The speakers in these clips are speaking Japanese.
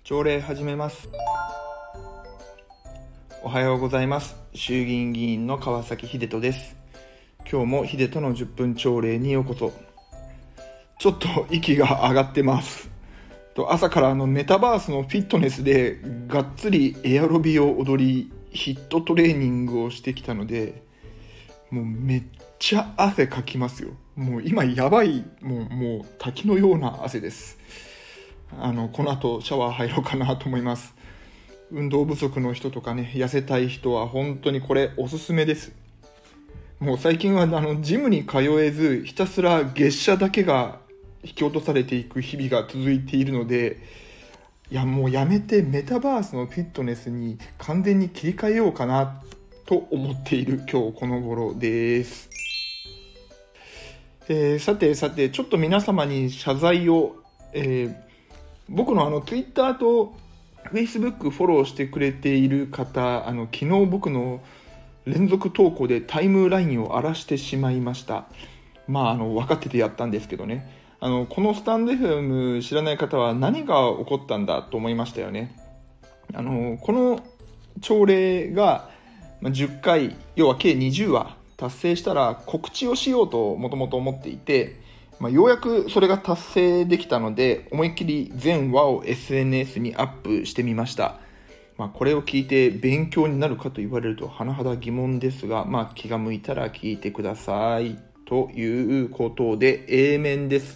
朝礼始めます。おはようございます。衆議院議員の川崎秀人です。今日も秀人の10分朝礼にようこそ。ちょっと息が上がってます。朝からメタバースのフィットネスでがっつりエアロビを踊りヒットトレーニングをしてきたので、もうめっちゃ汗かきますよ。もう今やばい、もう滝のような汗です。この後シャワー入ろうかなと思います。運動不足の人とかね、痩せたい人は本当にこれおすすめです。もう最近はジムに通えず、ひたすら月謝だけが引き落とされていく日々が続いているので、もうやめてメタバースのフィットネスに完全に切り替えようかなと思っている今日この頃です。さてちょっと皆様に謝罪を、僕のTwitter と Facebook フォローしてくれている方、昨日僕の連続投稿でタイムラインを荒らしてしまいました。分かっててやったんですけどね。このスタンド FM 知らない方は何が起こったんだと思いましたよね。この朝礼が10回、要は計20話達成したら告知をしようともともと思っていて、ようやくそれが達成できたので、思いっきり全話を SNS にアップしてみました。これを聞いて勉強になるかと言われると甚だ疑問ですが、気が向いたら聞いてくださいということで A 面です。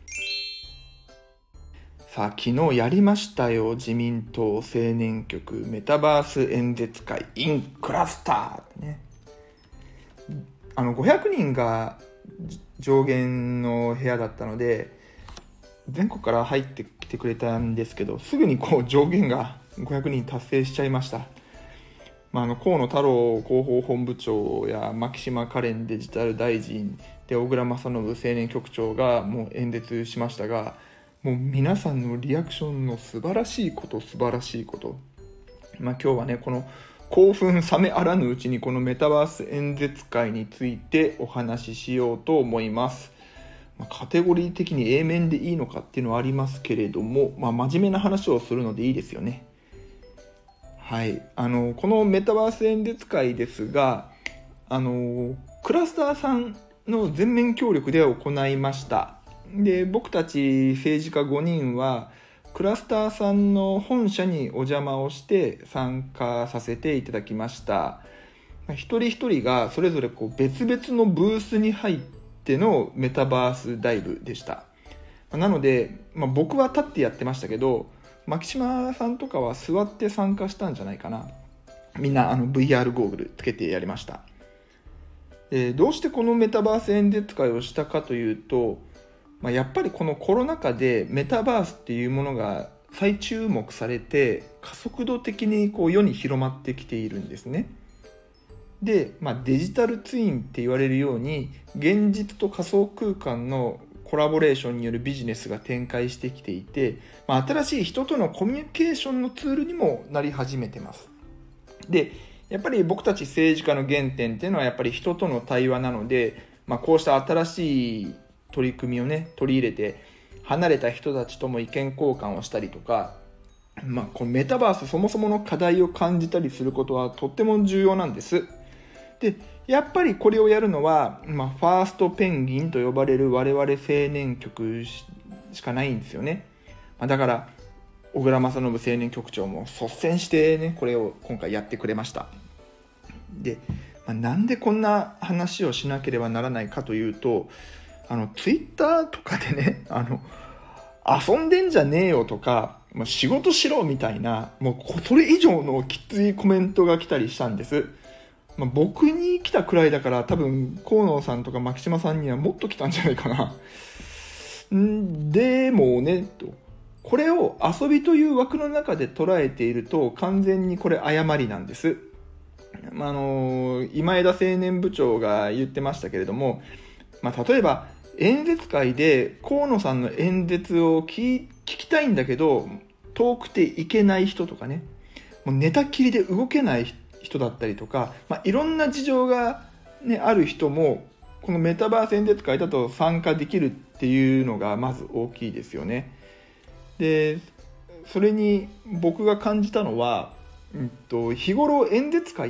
さあ、昨日やりましたよ。自民党青年局メタバース演説会 in クラスターね。500人が上限の部屋だったので、全国から入ってきてくれたんですけど、すぐに上限が500人達成しちゃいました。河野太郎広報本部長や牧島かれんデジタル大臣で小倉正信青年局長がもう演説しましたが、もう皆さんのリアクションの素晴らしいこと、今日はね、この興奮冷めあらぬうちにこのメタバース演説会についてお話ししようと思います。カテゴリー的に A 面でいいのかっていうのはありますけれども、真面目な話をするのでいいですよね。はい、このメタバース演説会ですが、クラスターさんの全面協力で行いました。で、僕たち政治家5人はクラスターさんの本社にお邪魔をして参加させていただきました。一人一人がそれぞれ別々のブースに入ってのメタバースダイブでした。なので、僕は立ってやってましたけど、牧島さんとかは座って参加したんじゃないかな。みんなVR ゴーグルつけてやりました。どうしてこのメタバース演説会をしたかというと、やっぱりこのコロナ禍でメタバースっていうものが再注目されて加速度的に世に広まってきているんですね。で、デジタルツインって言われるように現実と仮想空間のコラボレーションによるビジネスが展開してきていて、新しい人とのコミュニケーションのツールにもなり始めてます。で、やっぱり僕たち政治家の原点っていうのはやっぱり人との対話なので、こうした新しい取り組みをね取り入れて離れた人たちとも意見交換をしたりとか、このメタバースそもそもの課題を感じたりすることはとっても重要なんです。で、やっぱりこれをやるのは、ファーストペンギンと呼ばれる我々青年局しかないんですよね。だから小倉正信青年局長も率先してねこれを今回やってくれました。で、なんでこんな話をしなければならないかというと、ツイッターとかでね遊んでんじゃねえよとか、仕事しろみたいな、もうそれ以上のきついコメントが来たりしたんです。僕に来たくらいだから多分河野さんとか牧島さんにはもっと来たんじゃないかな。でもねと、これを遊びという枠の中で捉えていると完全にこれ誤りなんです。今枝青年部長が言ってましたけれども、例えば演説会で河野さんの演説を聞きたいんだけど遠くて行けない人とかね、もう寝たきりで動けない人だったりとか、いろんな事情が、ある人もこのメタバース演説会だと参加できるっていうのがまず大きいですよね。で、 それに僕が感じたのは、日頃演説会って、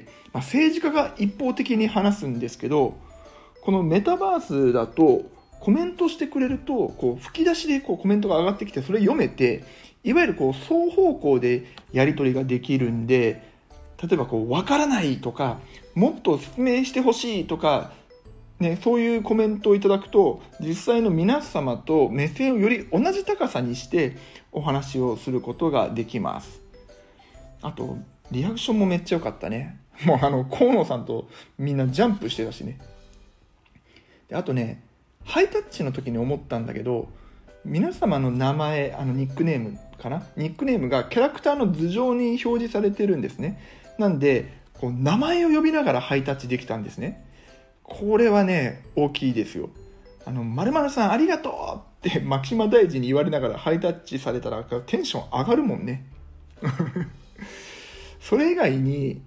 政治家が一方的に話すんですけど、このメタバースだとコメントしてくれると吹き出しでコメントが上がってきて、それ読めて、いわゆる双方向でやり取りができるんで、例えばわからないとか、もっと説明してほしいとか、そういうコメントをいただくと、実際の皆様と目線をより同じ高さにしてお話をすることができます。あとリアクションもめっちゃ良かったね。もう河野さんとみんなジャンプしてたしね。であとね、ハイタッチの時に思ったんだけど、皆様の名前、ニックネームかな、ニックネームがキャラクターの頭上に表示されてるんですね。なんで名前を呼びながらハイタッチできたんですね。これはね大きいですよ。〇〇さんありがとうって牧島大臣に言われながらハイタッチされたらテンション上がるもんね。それ以外に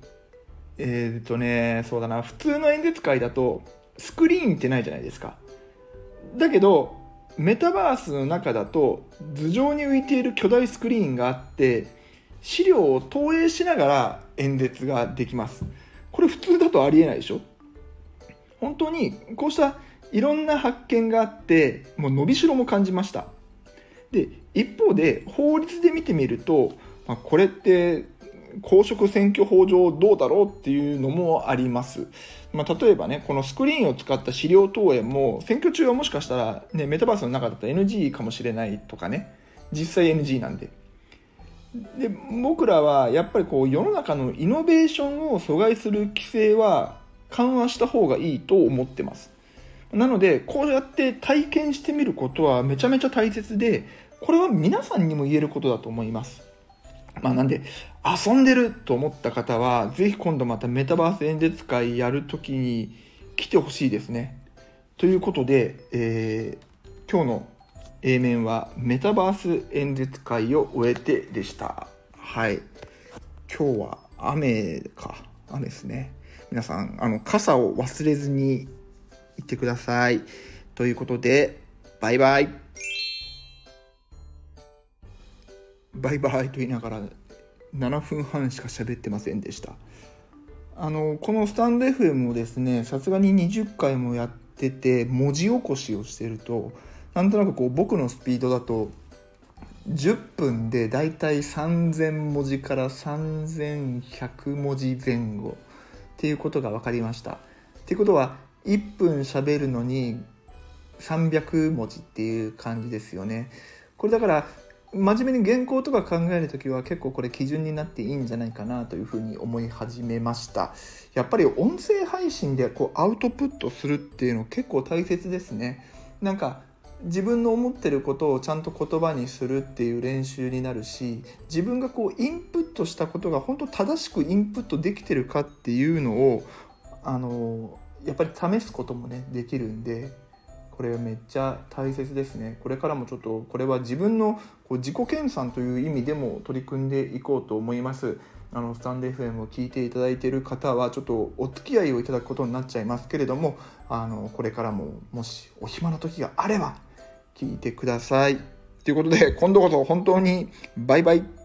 そうだな、普通の演説会だとスクリーンってないじゃないですか。だけどメタバースの中だと頭上に浮いている巨大スクリーンがあって、資料を投影しながら演説ができます。これ普通だとありえないでしょ。本当にこうしたいろんな発見があって、もう伸びしろも感じました。で一方で法律で見てみると、これって公職選挙法上どうだろうっていうのもあります。例えばね、このスクリーンを使った資料投影も選挙中はもしかしたら、メタバースの中だったら NG かもしれないとかね、実際 NG なんで。で僕らはやっぱり世の中のイノベーションを阻害する規制は緩和した方がいいと思ってます。なのでこうやって体験してみることはめちゃめちゃ大切で、これは皆さんにも言えることだと思います。なんで遊んでると思った方はぜひ今度またメタバース演説会やるときに来てほしいですね。ということで、今日の A 面はメタバース演説会を終えてでした。はい。今日は雨ですね。皆さん傘を忘れずに行ってください。ということでバイバイ。バイバイと言いながら7分半しか喋ってませんでした。このスタンド FM をですね、さすがに20回もやってて文字起こしをしてると、なんとなく僕のスピードだと10分でだいたい3000文字から3100文字前後っていうことが分かりました。っていうことは1分喋るのに300文字っていう感じですよね。これだから真面目に原稿とか考えるときは結構これ基準になっていいんじゃないかなというふうに思い始めました。やっぱり音声配信でアウトプットするっていうの結構大切ですね。なんか自分の思ってることをちゃんと言葉にするっていう練習になるし、自分がインプットしたことが本当正しくインプットできてるかっていうのをやっぱり試すこともねできるんで、これめっちゃ大切ですね。これからもちょっとこれは自分の自己研鑽という意味でも取り組んでいこうと思います。スタンド FM を聞いていただいている方はちょっとお付き合いをいただくことになっちゃいますけれども、これからももしお暇な時があれば聞いてくださいということで、今度こそ本当にバイバイ。